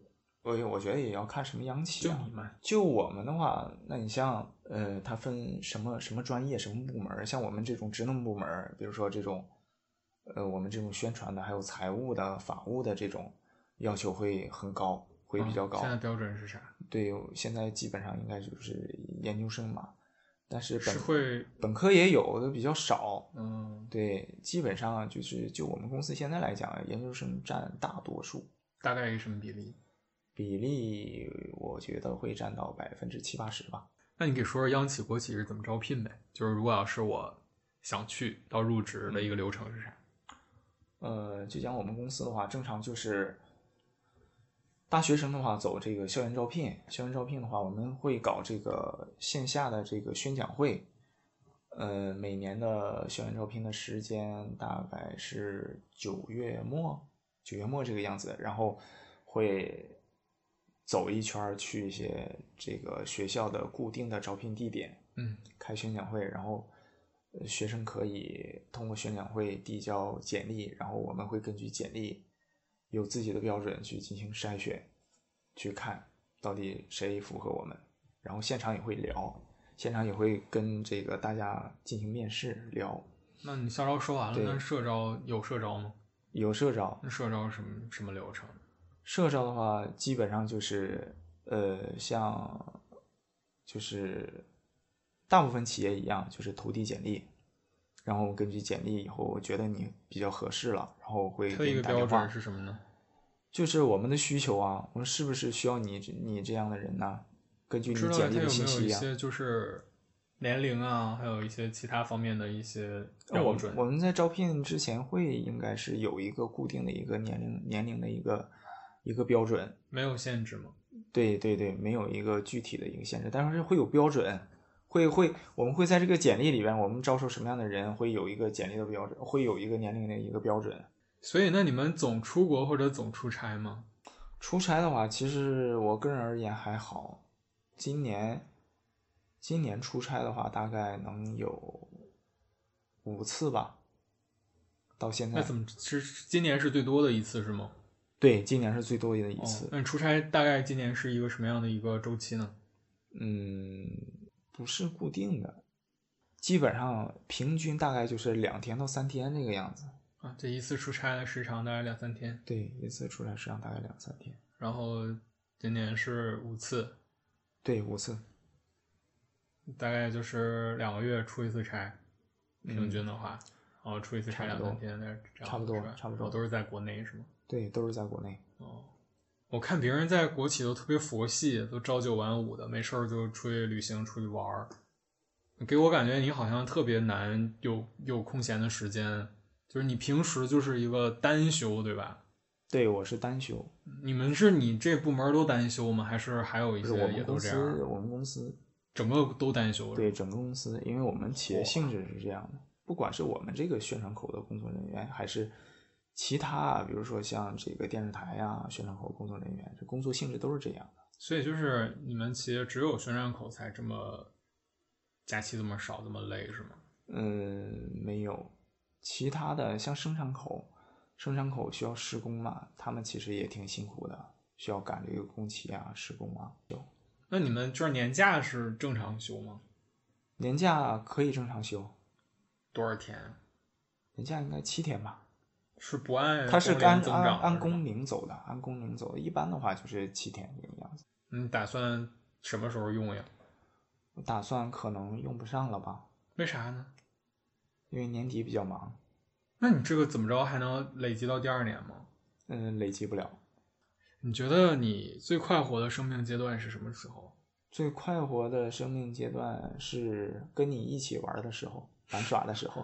我我觉得也要看什么央企啊。 就你们， 就我们的话，那你像呃，它分什么什么专业、什么部门？像我们这种职能部门，比如说这种呃，我们这种宣传的，还有财务的、法务的这种要求会很高，会比较高。 嗯、现在标准是啥？ 对，现在基本上应该就是研究生嘛，但是本是会本科也有的比较少。 嗯， 对，基本上就是就我们公司现在来讲，研究生占大多数。 大概一个什么比例？ 比例我觉得会占到百分之七八十吧。 那你给说说央企、国企是怎么招聘呗？就是如果要是我想去到入职的一个流程是啥？ 呃，就讲我们公司的话，正常就是大学生的话走这个校园招聘，校园招聘的话，我们会搞这个线下的这个宣讲会。呃，每年的校园招聘的时间大概是九月末，九月末这个样子，然后会走一圈去一些这个学校的固定的招聘地点， 嗯， 开宣讲会，然后学生可以通过宣讲会递交简历，然后我们会根据简历有自己的标准去进行筛选，去看到底谁符合我们，然后现场也会聊。现场也会跟这个大家进行面试聊。 那你校招说完了，那社招有社招吗？ 有社招。 那社招什么什么流程？ 社招的话，基本上就是呃，像就是大部分企业一样，就是投递简历，然后根据简历以后，我觉得你比较合适了，然后会它的一个标准是什么呢？ 就是我们的需求啊，我们是不是需要你你这样的人呢？根据你简历的信息啊， 有没有一些就是年龄啊，还有一些其他方面的一些标准。 我, 我们在招聘之前会应该是有一个固定的一个年龄年龄的一个一个标准。 没有限制吗？ 对对对，没有一个具体的一个限制，但是会有标准，会会我们会在这个简历里边，我们招收什么样的人，会有一个简历的标准，会有一个年龄的一个标准。 所以那你们总出国或者总出差吗？ 出差的话，其实我个人而言还好。今年，今年出差的话，大概能有五次吧，到现在。 那怎么是今年是最多的一次是吗？ 对，今年是最多的一次。 哦、那你出差大概今年是一个什么样的一个周期呢？ 嗯，不是固定的，基本上平均大概就是两天到三天这个样子。 啊，这一次出差的时长大概两三天。 对，一次出差时长大概两三天。 然后今年是五次。 对，五次， 大概就是两个月出一次差，平均的话，然后出一次差两三天， 差不多，差不多， 都是在国内是吗？ 对，都是在国内。 哦，我看别人在国企都特别佛系，都朝九晚五的，没事儿就出去旅行、出去玩儿。给我感觉你好像特别难有有空闲的时间，就是你平时就是一个单休，对吧？ 对，我是单休。 你们是你这部门都单休吗？还是还有一些也都这样？ 我们公司，我们公司整个都单休。 对，整个公司，因为我们企业性质是这样的，不管是我们这个宣传口的工作人员，还是其他，比如说像这个电视台呀、宣传口工作人员，这工作性质都是这样的。 所以就是你们企业只有宣传口才这么假期这么少，这么累是吗？ 嗯，没有，其他的像生产口。生产口需要施工嘛，他们其实也挺辛苦的，需要赶这个工期啊、施工啊。 那你们就是年假是正常休吗？ 年假可以正常休。 多少天？ 年假应该七天吧。 是不按它是按按按工龄走的，按工龄走的。一般的话就是七天这个样子。 你打算什么时候用呀？ 我打算可能用不上了吧。 为啥呢？ 因为年底比较忙。 那你这个怎么着还能累积到第二年吗？ 嗯，累积不了。 你觉得你最快活的生命阶段是什么时候？ 最快活的生命阶段是跟你一起玩的时候，玩耍的时候。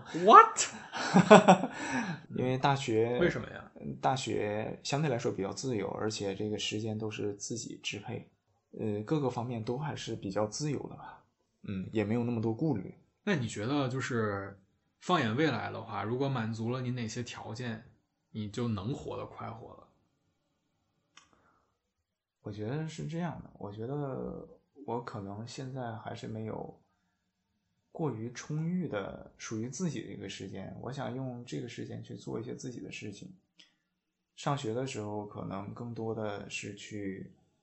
What？ 因为大学为什么呀？ 大学相对来说比较自由，而且这个时间都是自己支配，呃，各个方面都还是比较自由的吧。嗯，也没有那么多顾虑。 那你觉得就是放眼未来的话，如果满足了你哪些条件，你就能活得快活了？ 我觉得是这样的，我觉得我可能现在还是没有过于充裕的属于自己的一个时间，我想用这个时间去做一些自己的事情。上学的时候可能更多的是去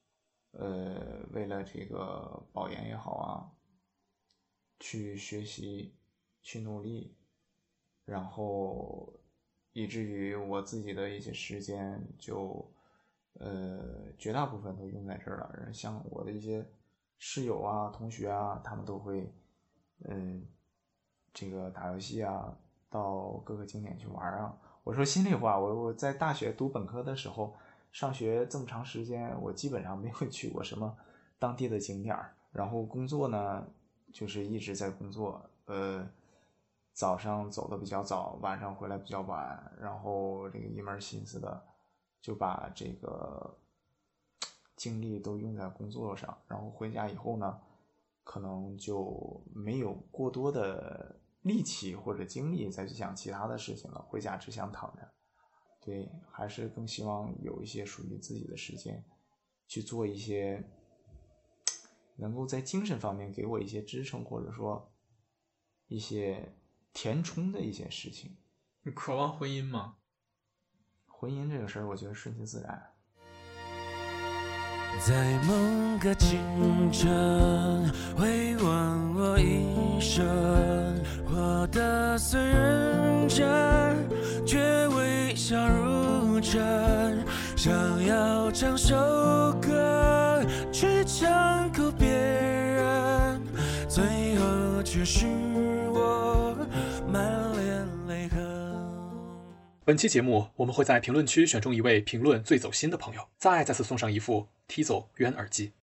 呃，为了这个保研也好啊，去学习，去努力，然后以至于我自己的一些时间就，呃，绝大部分都用在这儿了。像我的一些室友啊、同学啊，他们都会，嗯、这个打游戏啊，到各个景点去玩啊。我说心里话，我我在大学读本科的时候，上学这么长时间，我基本上没有去过什么当地的景点儿。然后工作呢，就是一直在工作，呃，早上走的比较早，晚上回来比较晚，然后这个一门心思的就把这个精力都用在工作上，然后回家以后呢，可能就没有过多的力气或者精力再去想其他的事情了，回家只想躺着。对，还是更希望有一些属于自己的时间，去做一些能够在精神方面给我一些支撑，或者说一些填充的一些事情。 你渴望婚姻吗？ 婚姻这个事儿，我觉得顺其自然。 在某个清晨，回望我一生，活得虽认真，却微笑如真。想要唱首歌，去唱哭别人，最后却是我满脸泪痕。 本期节目我们会在评论区选中一位评论最走心的朋友，再再次送上一副 T 走冤耳机。